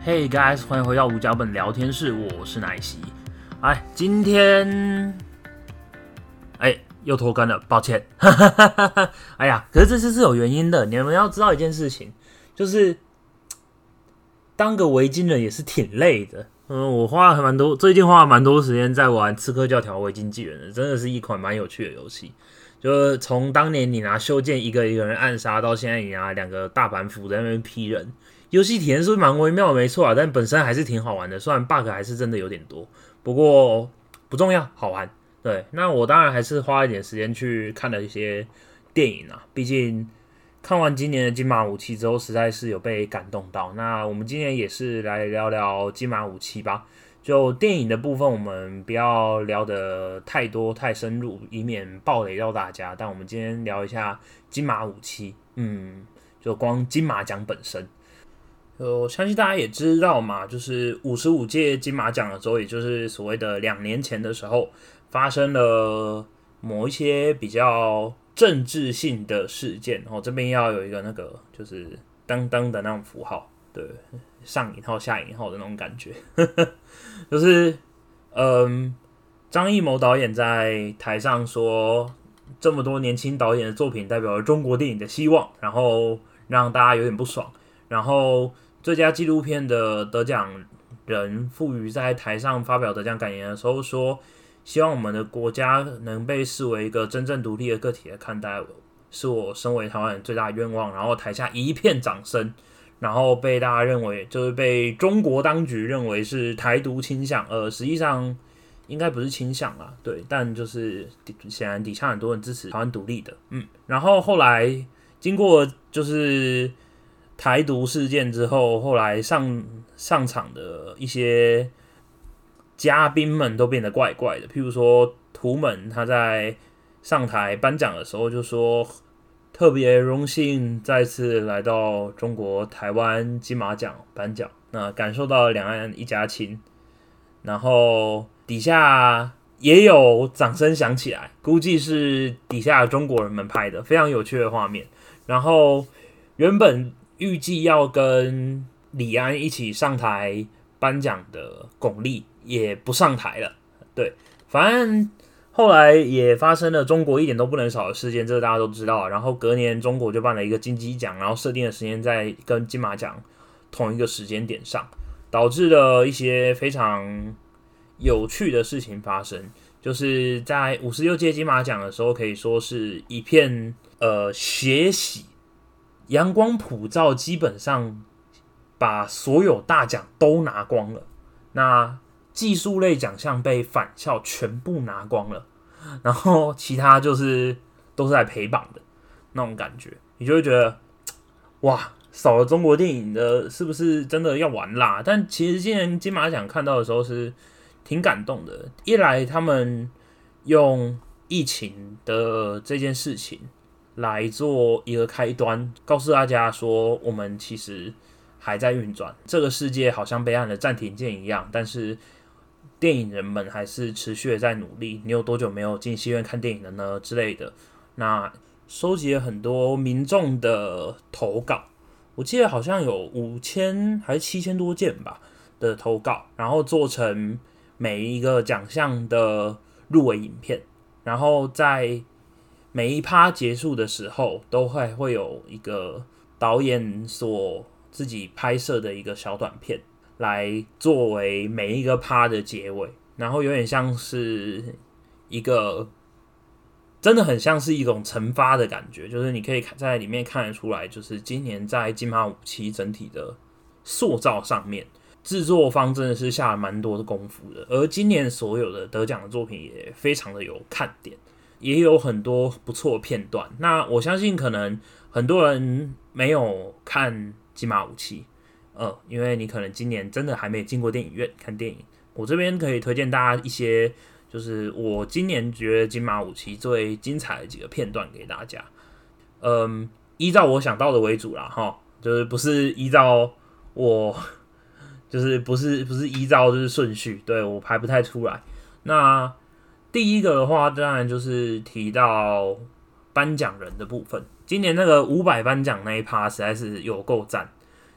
Hey guys，欢迎回到无脚本聊天室，我是奶昔。今天又拖更了，抱歉。哎呀，可是这次是有原因的，你们要知道一件事情，就是当个维京人也是挺累的。我最近花了蛮多时间在玩《刺客教条：维京纪元》的，真的是一款蛮有趣的游戏。就是从当年你拿修剑一个人暗杀，到现在你拿2个大板斧在那边劈人，游戏体验是蛮微妙的，没错啊，但本身还是挺好玩的。虽然 bug 还是真的有点多，不过不重要，好玩。对，那我当然还是花一点时间去看了一些电影啊，毕竟看完今年的金马57之后，实在是有被感动到。那我们今年也是来聊聊金马57吧。就电影的部分，我们不要聊得太多太深入，以免暴雷到大家。但我们今天聊一下金马57，就光金马奖本身。我相信大家也知道嘛，就是55届金马奖的时候，也就是所谓的2年前的时候，发生了某一些比较政治性的事件。这边要有一个那个就是噔噔的那种符号，对，上引号下引号的那种感觉。就是张艺谋导演在台上说，这么多年轻导演的作品代表了中国电影的希望，然后让大家有点不爽。然后最佳纪录片的得奖人傅予在台上发表得奖感言的时候说，希望我们的国家能被视为一个真正独立的个体来看待，是我身为台湾人最大的愿望。然后台下一片掌声，然后被大家认为就是被中国当局认为是台独倾向，实际上应该不是倾向啦，对，但就是显然底下很多人支持台湾独立的，然后后来经过就是台独事件之后，后来上场的一些嘉宾们都变得怪怪的，譬如说图们他在上台颁奖的时候就说，特别荣幸再次来到中国台湾金马奖颁奖，那感受到两岸一家亲，然后底下也有掌声响起来，估计是底下的中国人们拍的，非常有趣的画面。然后原本预计要跟李安一起上台颁奖的巩俐也不上台了，对，反正后来也发生了中国一点都不能少的事件，这个大家都知道。然后隔年中国就办了一个金鸡奖，然后设定的时间在跟金马奖同一个时间点上，导致了一些非常有趣的事情发生。就是在56届金马奖的时候，可以说是一片血洗，阳光普照，基本上把所有大奖都拿光了。那技术类奖项被返校全部拿光了，然后其他就是都是来陪榜的那种感觉，你就会觉得哇，少了中国电影的，是不是真的要完啦？但其实今年金马奖看到的时候是挺感动的，一来他们用疫情的这件事情来做一个开端，告诉大家说我们其实还在运转，这个世界好像被按了暂停键一样，但是电影人们还是持续的在努力。你有多久没有进戏院看电影了呢？之类的。那收集了很多民众的投稿，我记得好像有5000还是7000多件吧的投稿，然后做成每一个奖项的入围影片，然后在每一趴结束的时候，都会有一个导演所自己拍摄的一个小短片，来作为每一个趴的结尾，然后有点像是一个，真的很像是一种惩罚的感觉，就是你可以在里面看得出来，就是今年在金马57整体的塑造上面，制作方真的是下了蛮多的功夫的，而今年所有的得奖的作品也非常的有看点，也有很多不错的片段。那我相信可能很多人没有看金马57，因为你可能今年真的还没进过电影院看电影。我这边可以推荐大家一些，就是我今年觉得金马57最精彩的几个片段给大家。依照我想到的为主啦，就是不是依照我，就是不是依照就是顺序，对，我排不太出来。那第一个的话，当然就是提到颁奖人的部分。今年那个500颁奖那一趴实在是有够赞。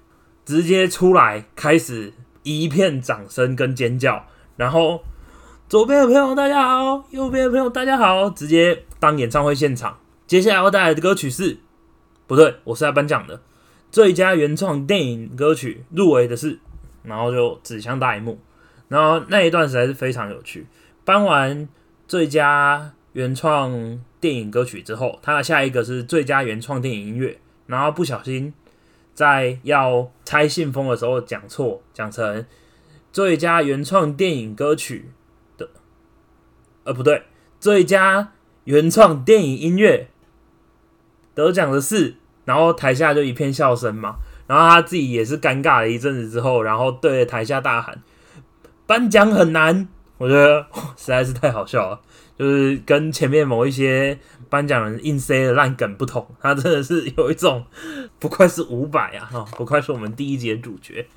直接出来开始一片掌声跟尖叫，然后左边的朋友大家好，右边的朋友大家好，直接当演唱会现场。接下来要带来的歌曲是，不对，我是来颁奖的，最佳原创电影歌曲入围的是，然后就指向大荧幕，然后那一段实在是非常有趣。颁完最佳原创电影歌曲之后，他的下一个是最佳原创电影音乐，然后不小心在要拆信封的时候讲错，讲成最佳原创电影歌曲的，不对，最佳原创电影音乐得奖的是，然后台下就一片笑声嘛，然后他自己也是尴尬了一阵子之后，然后对着台下大喊：“颁奖很难。”我觉得实在是太好笑了，就是跟前面某一些颁奖人硬塞的烂梗不同，他真的是有一种不愧是500啊，不愧是我们第一集的主角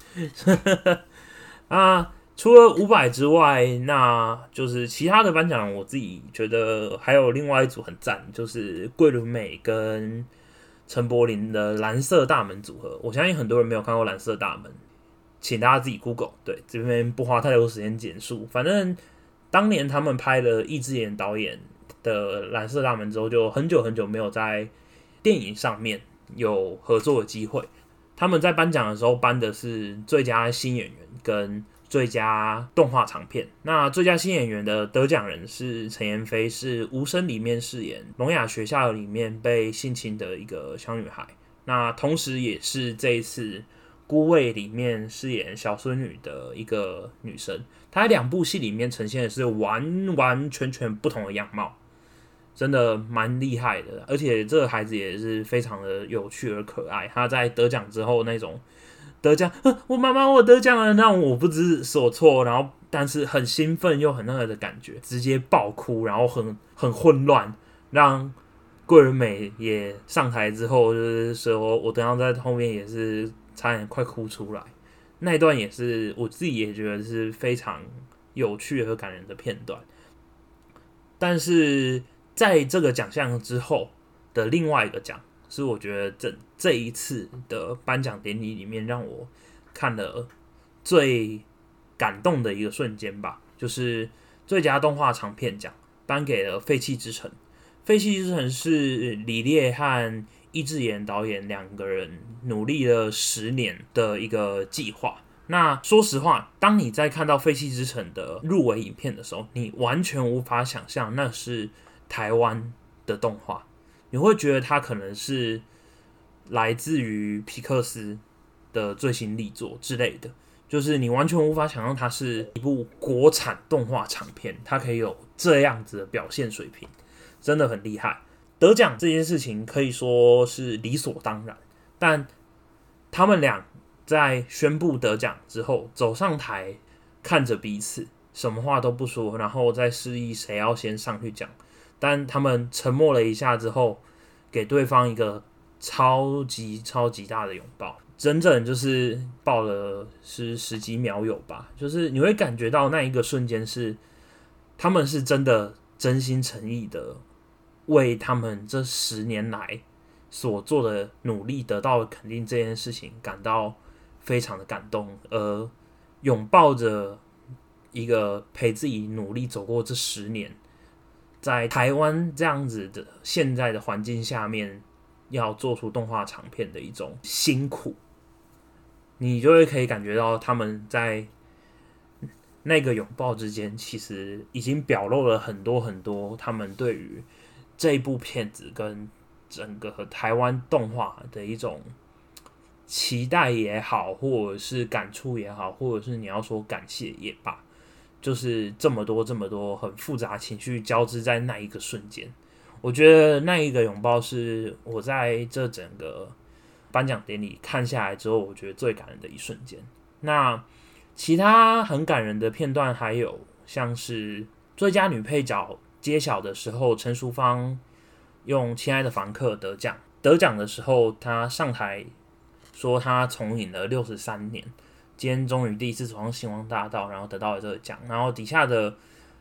啊。除了500之外，那就是其他的颁奖人，我自己觉得还有另外一组很赞，就是桂纶镁跟陈柏霖的蓝色大门组合。我相信很多人没有看过蓝色大门，请大家自己 Google。对，这边不花太多时间简述。反正当年他们拍了易智言导演的蓝色大门之后，就很久很久没有在电影上面有合作的机会。他们在颁奖的时候颁的是最佳新演员跟最佳动画长片。那最佳新演员的得奖人是陈妍霏，是《无声》里面饰演聋哑学校里面被性侵的一个小女孩，那同时也是这一次《孤味》里面饰演小孙女的一个女生。她在2部戏里面呈现的是完完全全不同的样貌，真的蛮厉害的。而且这个孩子也是非常的有趣而可爱。她在得奖之后那种得奖，我妈妈我得奖了，那种我不知所措，然后但是很兴奋又很那个的感觉，直接爆哭，然后很混乱，让桂纶镁也上台之后，就是说我等一下在后面也是差点快哭出来。那一段也是我自己也觉得是非常有趣和感人的片段。但是在这个奖项之后的另外一个奖，是我觉得这一次的颁奖典礼里面让我看了最感动的一个瞬间吧，就是最佳动画长片奖颁给了《废弃之城》。《废弃之城》是李烈和易智言导演2个人努力了10年的一个计划。那说实话，当你在看到《废弃之城》的入围影片的时候，你完全无法想象那是台湾的动画，你会觉得它可能是来自于皮克斯的最新力作之类的，就是你完全无法想象它是一部国产动画长片，它可以有这样子的表现水平，真的很厉害。得奖这件事情可以说是理所当然，但他们俩在宣布得奖之后走上台，看着彼此，什么话都不说，然后再示意谁要先上去讲。但他们沉默了一下之后，给对方一个超级超级大的拥抱，整整就是抱了是10几秒有吧，就是你会感觉到那一个瞬间是他们是真的真心诚意的为他们这10年来所做的努力得到肯定这件事情感到非常的感动，而拥抱着一个陪自己努力走过这10年，在台湾这样子的现在的环境下面要做出动画长片的一种辛苦，你就会可以感觉到他们在那个拥抱之间其实已经表露了很多很多他们对于这一部片子跟整个台湾动画的一种期待也好，或者是感触也好，或者是你要说感谢也罢，就是这么多这么多很复杂情绪交织在那一个瞬间。我觉得那一个拥抱是我在这整个颁奖典礼看下来之后，我觉得最感人的一瞬间。那其他很感人的片段还有像是最佳女配角揭晓的时候，陈淑芳用《亲爱的房客》得奖，得奖的时候她上台说她从影了63年，今天终于第一次走上星光大道，然后得到了这个奖。然后底下的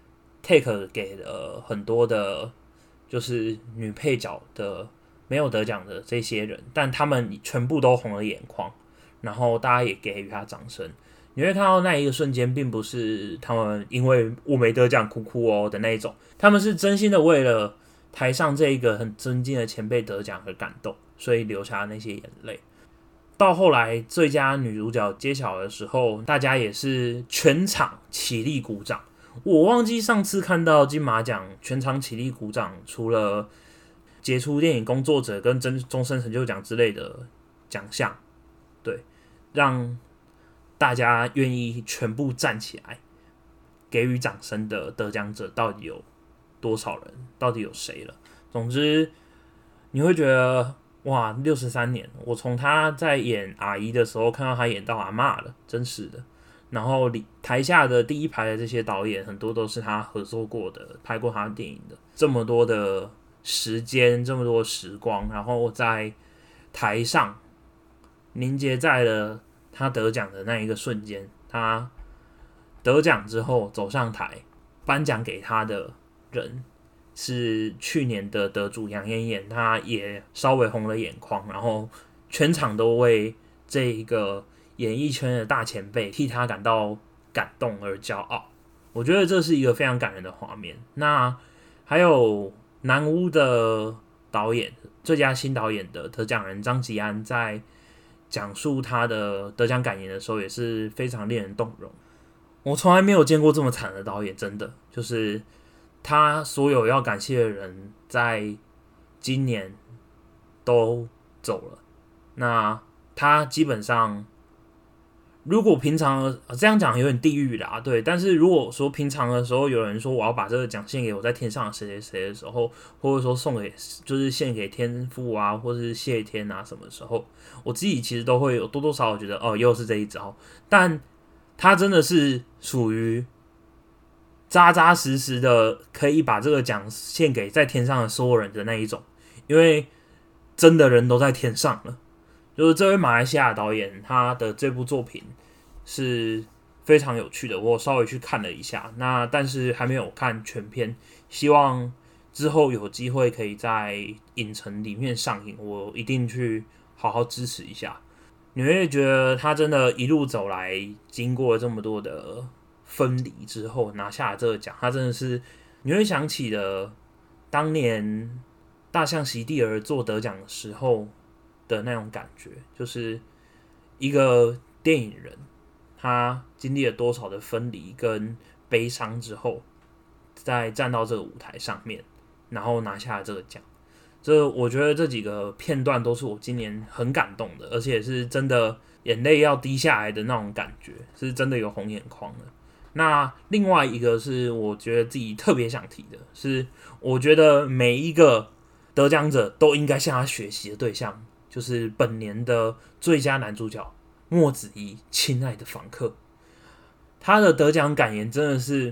take 给了很多的就是女配角的没有得奖的这些人，但他们全部都红了眼眶， 然后大家也给予他掌声。你会看到那一个瞬间，并不是他们因为我没得奖哭哭哦的那一种，他们是真心的为了台上这一个很尊敬的前辈得奖而感动，所以流下那些眼泪。到后来最佳女主角揭晓的时候，大家也是全场起立鼓掌。我忘记上次看到金马奖全场起立鼓掌，除了杰出电影工作者跟终身成就奖之类的奖项，对，让大家愿意全部站起来给予掌声的得奖者到底有多少人？到底有谁了？总之，你会觉得哇，63年，我从他在演阿姨的时候看到他演到阿嬷了，真是的。然后台下的第一排的这些导演，很多都是他合作过的、拍过他的电影的。这么多的时间，这么多的时光，然后在台上凝结在了他得奖的那一个瞬间。他得奖之后走上台，颁奖给他的人是去年的得主杨妍妍，他也稍微红了眼眶，然后全场都为这一个演艺圈的大前辈替他感到感动而骄傲。我觉得这是一个非常感人的画面。那还有南屋的导演，最佳新导演的得奖人张吉安在讲述他的得奖感言的时候，也是非常令人动容。我从来没有见过这么惨的导演，真的就是他所有要感谢的人，在今年都走了。那他基本上，如果平常这样讲有点地狱啦，对。但是如果说平常的时候，有人说我要把这个奖献给我在天上的谁谁谁的时候，或者说送给就是献给天父啊，或是谢天啊什么时候，我自己其实都会有多多少少觉得又是这一招。但他真的是属于扎扎实实的可以把这个奖献给在天上的所有人的那一种，因为真的人都在天上了。就是这位马来西亚导演，他的这部作品是非常有趣的，我稍微去看了一下，那但是还没有看全片，希望之后有机会可以在影城里面上映，我一定去好好支持一下。你会觉得他真的一路走来，经过这么多的分离之后拿下了这个奖，他真的是你会想起了当年大象席地而坐得奖的时候的那种感觉，就是一个电影人，他经历了多少的分离跟悲伤之后，再站到这个舞台上面，然后拿下了这个奖。我觉得这几个片段都是我今年很感动的，而且是真的眼泪要滴下来的那种感觉，是真的有红眼眶的。那另外一个是我觉得自己特别想提的，是我觉得每一个得奖者都应该向他学习的对象，就是本年的最佳男主角莫子仪《亲爱的房客》。他的得奖感言真的是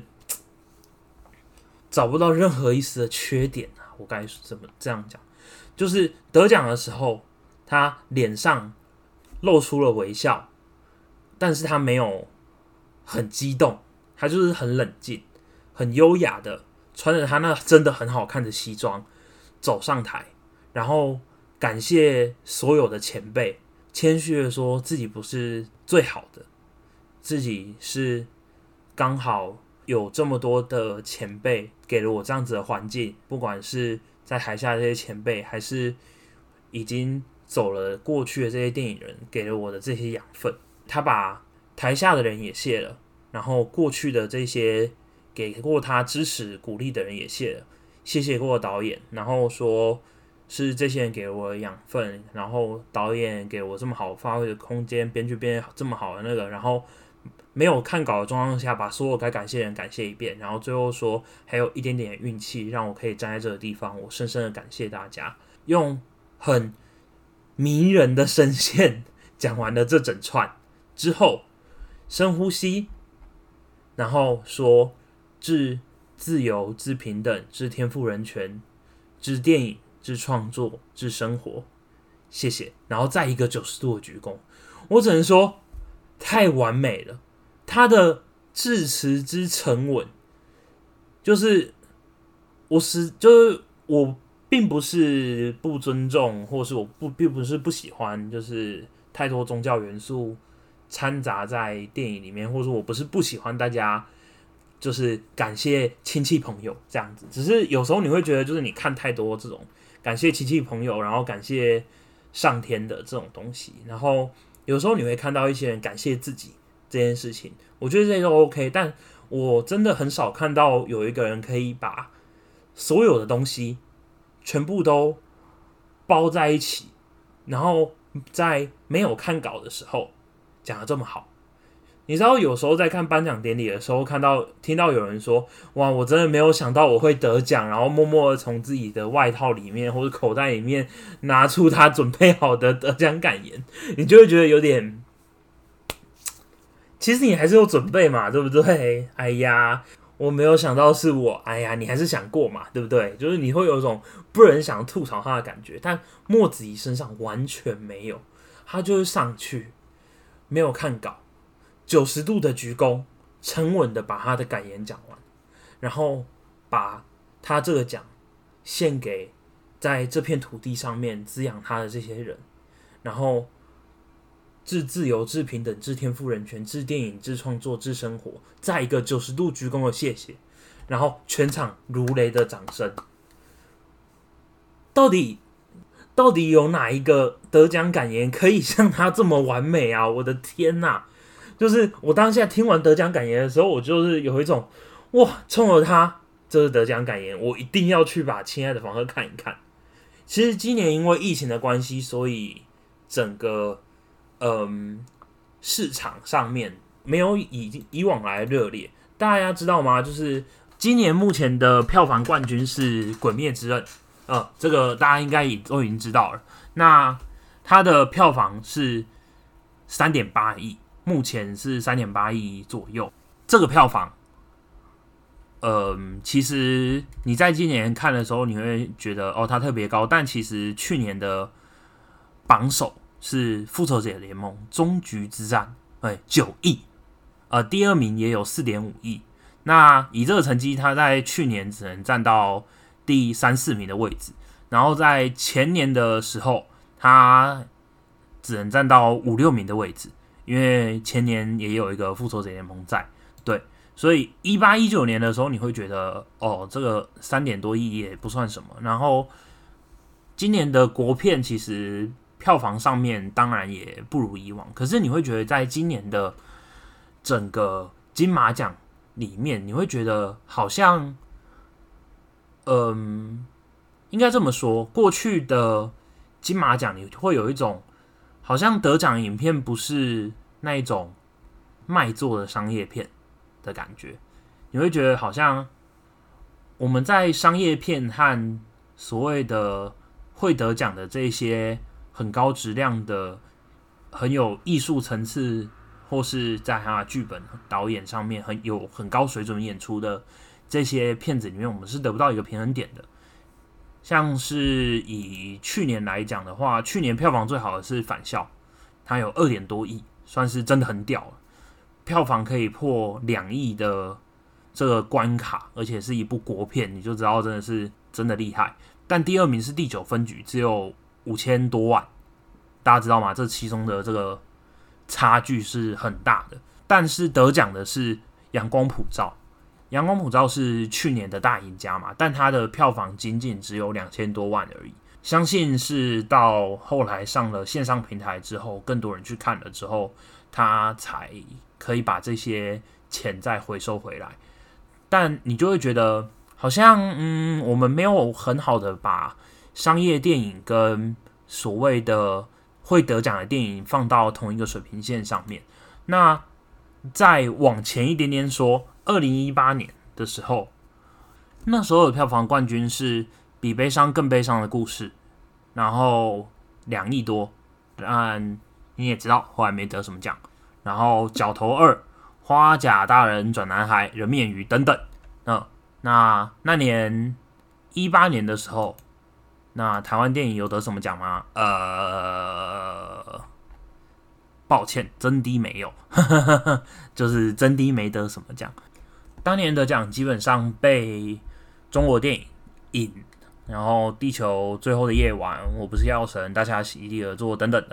找不到任何一丝的缺点啊！我该怎么这样讲？就是得奖的时候，他脸上露出了微笑，但是他没有很激动，他就是很冷静、很优雅的穿着他那真的很好看的西装走上台，然后感谢所有的前辈，谦虚的说自己不是最好的，自己是刚好有这么多的前辈给了我这样子的环境，不管是在台下这些前辈，还是已经走了过去的这些电影人给了我的这些养分。他把台下的人也谢了，然后过去的这些给过他支持鼓励的人也谢了，谢谢过导演，然后说是这些人给我的养分，然后导演给我这么好发挥的空间，编剧编这么好的那个，然后没有看稿的状况下，把所有该感谢的人感谢一遍，然后最后说还有一点点运气让我可以站在这个地方，我深深的感谢大家。用很迷人的声线讲完了这整串之后，深呼吸，然后说致自由、致平等、致天赋人权、致电影、致创作、致生活，谢谢。然后再一个90度的鞠躬，我只能说太完美了。他的致辞之沉稳，就是我并不是不尊重，或是我并不是不喜欢，就是太多宗教元素掺杂在电影里面，或者说我不是不喜欢大家就是感谢亲戚朋友这样子，只是有时候你会觉得就是你看太多这种感谢亲戚朋友，然后感谢上天的这种东西，然后有时候你会看到一些人感谢自己这件事情，我觉得这些都 OK， 但我真的很少看到有一个人可以把所有的东西全部都包在一起，然后在没有看稿的时候讲得这么好。你知道有时候在看颁奖典礼的时候，听到有人说哇我真的没有想到我会得奖，然后默默的从自己的外套里面或者口袋里面拿出他准备好的得奖感言，你就会觉得有点，其实你还是有准备嘛，对不对？哎呀我没有想到是我，哎呀你还是想过嘛，对不对？就是你会有一种不忍想吐槽他的感觉，但莫子仪身上完全没有，他就是上去没有看稿，90度的鞠躬，沉稳的把他的感言讲完，然后把他这个奖献给在这片土地上面滋养他的这些人，然后致自由、致平等、致天赋人权、致电影、致创作、致生活，再一个90度鞠躬的谢谢，然后全场如雷的掌声。到底有哪一个得奖感言可以像他这么完美啊？我的天哪！就是我当下听完得奖感言的时候，我就是有一种哇，冲着他这是得奖感言，我一定要去把《亲爱的房客》看一看。其实今年因为疫情的关系，所以整个市场上面没有以往来热烈。大家知道吗？就是今年目前的票房冠军是《鬼灭之刃》，这个大家应该都已经知道了。那它的票房是3.8亿。目前是3.8亿左右，这个票房，其实你在今年看的时候，你会觉得它特别高，但其实去年的榜首是《复仇者联盟：终局之战》，9亿，第二名也有4.5亿。那以这个成绩，他在去年只能站到第3、4名的位置，然后在前年的时候，他只能站到5、6名的位置。因为前年也有一个复仇者联盟在，对，所以18、19年的时候，你会觉得这个3点多亿也不算什么。然后今年的国片其实票房上面当然也不如以往，可是你会觉得在今年的整个金马奖里面，你会觉得好像，应该这么说，过去的金马奖你会有一种。好像得奖影片不是那一种卖座的商业片的感觉，你会觉得好像我们在商业片和所谓的会得奖的这些很高质量的、很有艺术层次，或是在他的剧本、导演上面很高水准演出的这些片子里面，我们是得不到一个平衡点的。像是以去年来讲的话，去年票房最好的是《返校》，它有2点多亿，算是真的很屌了。票房可以破2亿的这个关卡，而且是一部国片，你就知道真的厉害。但第二名是《第9分局》，只有5000多万，大家知道吗？这其中的这个差距是很大的。但是得奖的是《阳光普照》。阳光普照是去年的大赢家嘛，但它的票房仅仅只有2000多万而已。相信是到后来上了线上平台之后，更多人去看了之后，它才可以把这些钱再回收回来。但你就会觉得，好像我们没有很好的把商业电影跟所谓的会得奖的电影放到同一个水平线上面。那再往前一点点说，2018年的时候，那时候的票房冠军是比悲伤更悲伤的故事，然后2亿多，但你也知道后来没得什么奖。然后角头2、花甲大人转男孩、人面鱼等等。那年18年的时候，那台湾电影有得什么奖吗？抱歉，真的没有，就是真的没得什么奖。当年的奖基本上被中国电影引，然后地球最后的夜晚、我不是药神、大侠席地而坐等等的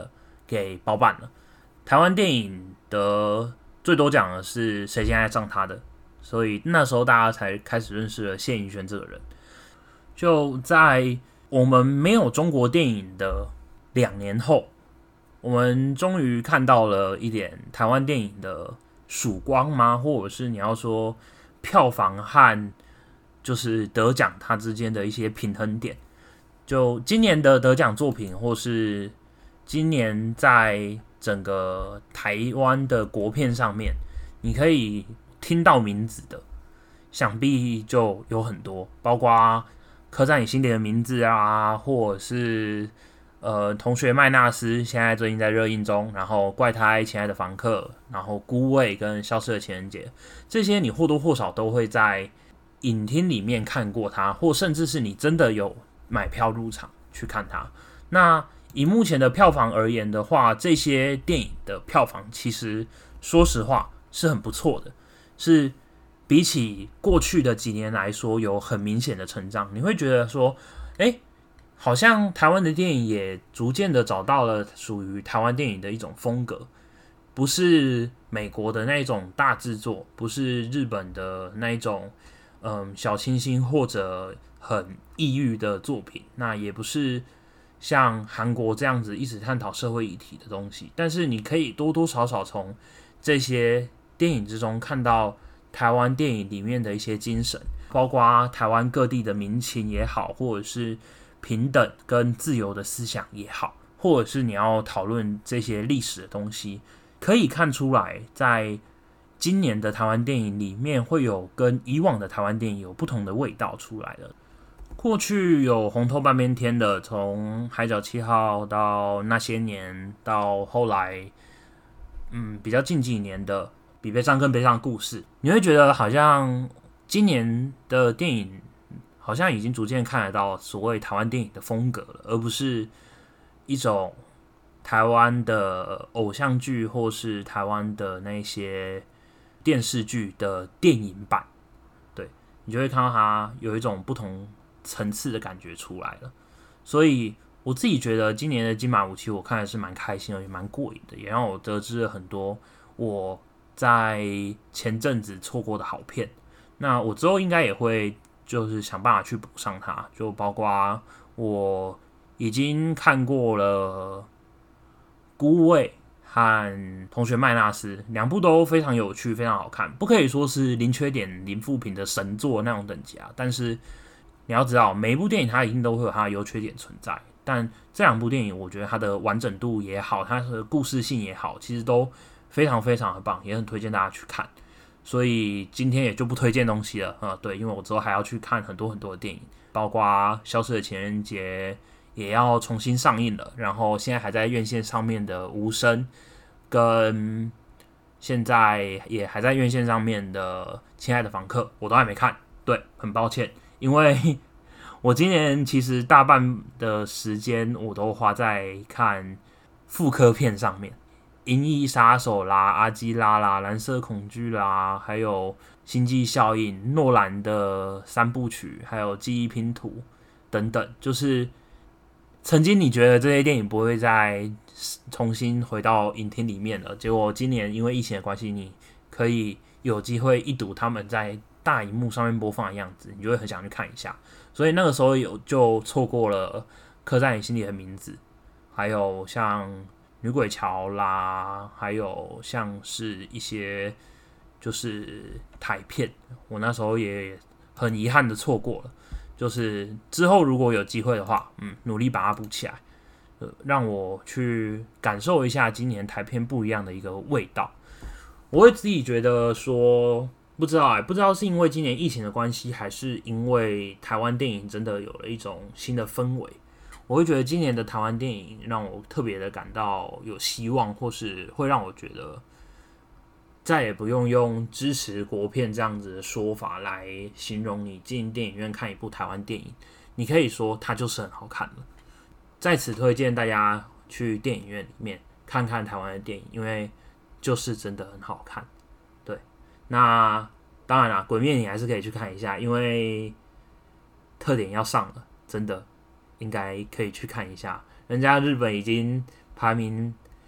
给包办了。台湾电影的最多奖的是谁先爱上他的，所以那时候大家才开始认识了谢盈萱这个人。就在我们没有中国电影的2年后，我们终于看到了一点台湾电影的曙光吗？或者是你要说票房和就是得奖它之间的一些平衡点。就今年的得奖作品，或是今年在整个台湾的国片上面，你可以听到名字的，想必就有很多，包括刻在你心底的名字啊，或者是同学麦纳斯现在最近在热映中，然后怪胎亲爱的房客，然后孤味跟消失的情人节，这些你或多或少都会在影厅里面看过它，或甚至是你真的有买票入场去看它。那以目前的票房而言的话，这些电影的票房其实说实话是很不错的，是比起过去的几年来说有很明显的成长。你会觉得说，好像台湾的电影也逐渐的找到了属于台湾电影的一种风格，不是美国的那一种大制作，不是日本的那一种小清新或者很抑郁的作品，那也不是像韩国这样子一直探讨社会议题的东西，但是你可以多多少少从这些电影之中看到台湾电影里面的一些精神，包括台湾各地的民情也好，或者是平等跟自由的思想也好，或者是你要讨论这些历史的东西，可以看出来在今年的台湾电影里面会有跟以往的台湾电影有不同的味道出来了。过去有红透半边天的，从海角七号到那些年，到后来比较近几年的比悲伤更悲伤的故事，你会觉得好像今年的电影好像已经逐渐看得到所谓台湾电影的风格了，而不是一种台湾的偶像剧或是台湾的那些电视剧的电影版。对，你就会看到它有一种不同层次的感觉出来了。所以我自己觉得今年的金马57我看的是蛮开心的，也蛮过瘾的，也让我得知了很多我在前阵子错过的好片。那我之后应该也会就是想办法去补上它，就包括我已经看过了孤味和同学麦纳斯，两部都非常有趣，非常好看，不可以说是零缺点零负评的神作那种等级啊，但是你要知道每一部电影它一定都会有它的优缺点存在，但这两部电影我觉得它的完整度也好，它的故事性也好，其实都非常非常的棒，也很推荐大家去看。所以今天也就不推荐东西了，对，因为我之后还要去看很多很多的电影，包括《消失的情人节》也要重新上映了，然后现在还在院线上面的《无声》，跟现在也还在院线上面的《亲爱的房客》，我都还没看，对，很抱歉，因为我今年其实大半的时间我都花在看复刻片上面。银翼杀手啦、阿基拉啦、蓝色恐惧啦，还有星际效应、诺兰的3部曲，还有记忆拼图等等，就是曾经你觉得这些电影不会再重新回到影厅里面了，结果今年因为疫情的关系，你可以有机会一睹他们在大荧幕上面播放的样子，你就会很想去看一下。所以那个时候就错过了刻在你心里的名字，还有像女鬼桥啦，还有像是一些就是台片，我那时候也很遗憾的错过了。就是之后如果有机会的话，努力把它补起来，让我去感受一下今年台片不一样的一个味道。我会自己觉得说，不知道是因为今年疫情的关系，还是因为台湾电影真的有了一种新的氛围。我会觉得今年的台湾电影让我特别的感到有希望，或是会让我觉得再也不用支持国片这样子的说法来形容你进电影院看一部台湾电影，你可以说它就是很好看了。在此推荐大家去电影院里面看看台湾的电影，因为就是真的很好看。对，那当然啦，鬼灭你还是可以去看一下，因为特点要上了，真的应该可以去看一下。人家日本已经排名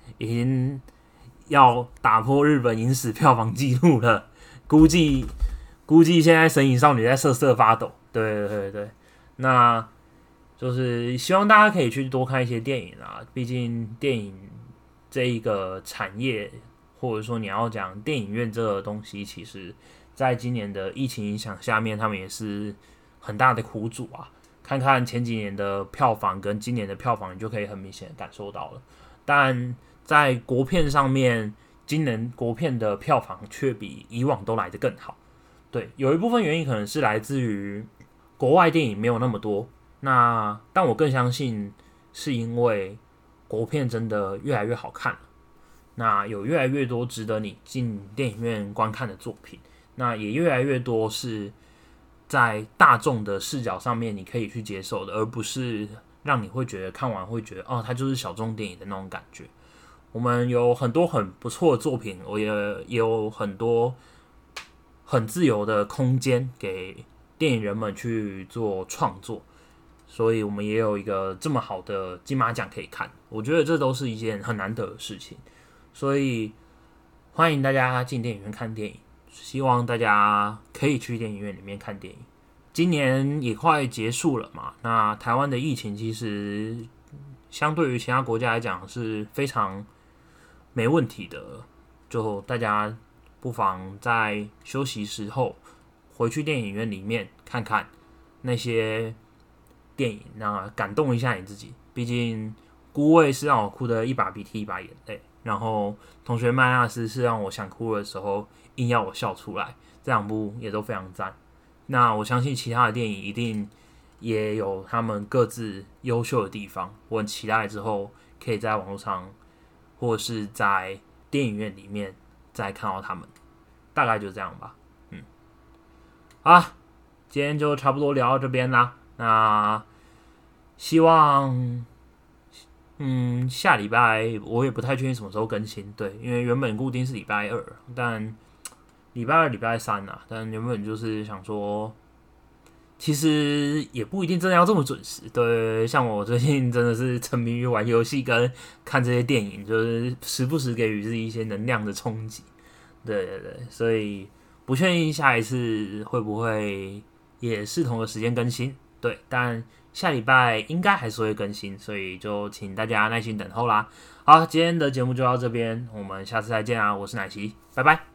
已经要打破日本影史票房纪录了，估计现在神隐少女在瑟瑟发抖。对，那就是希望大家可以去多看一些电影啊，毕竟电影这一个产业，或者说你要讲电影院这个东西，其实在今年的疫情影响下面，他们也是很大的苦主啊。看看前几年的票房跟今年的票房，你就可以很明显的感受到了。但在国片上面，今年国片的票房却比以往都来得更好。对，有一部分原因可能是来自于国外电影没有那么多，但我更相信是因为国片真的越来越好看了，那有越来越多值得你进电影院观看的作品，那也越来越多是在大众的视角上面你可以去接受的，而不是让你会觉得看完会觉得它就是小众电影的那种感觉。我们有很多很不错的作品，我也有很多很自由的空间给电影人们去做创作，所以我们也有一个这么好的金马奖可以看，我觉得这都是一件很难得的事情，所以欢迎大家进电影院看电影，希望大家可以去电影院里面看电影。今年也快结束了嘛，那台湾的疫情其实相对于其他国家来讲是非常没问题的，就大家不妨在休息时候回去电影院里面看看那些电影，那感动一下你自己。毕竟孤味是让我哭得一把鼻涕一把眼泪，然后同学麦纳斯是让我想哭的时候硬要我笑出来，这两部也都非常赞。那我相信其他的电影一定也有他们各自优秀的地方，我很期待之后可以在网络上或是在电影院里面再看到他们，大概就这样吧。好，今天就差不多聊到这边啦。那希望下礼拜我也不太确定什么时候更新，对，因为原本固定是礼拜二，但礼拜二、礼拜三啊，但原本就是想说，其实也不一定真的要这么准时。对，像我最近真的是沉迷于玩游戏跟看这些电影，就是时不时给予自己一些能量的冲击。对，所以不确定下一次会不会也是同个时间更新。对，但下礼拜应该还是会更新，所以就请大家耐心等候啦。好，今天的节目就到这边，我们下次再见啊！我是奶昔，拜拜。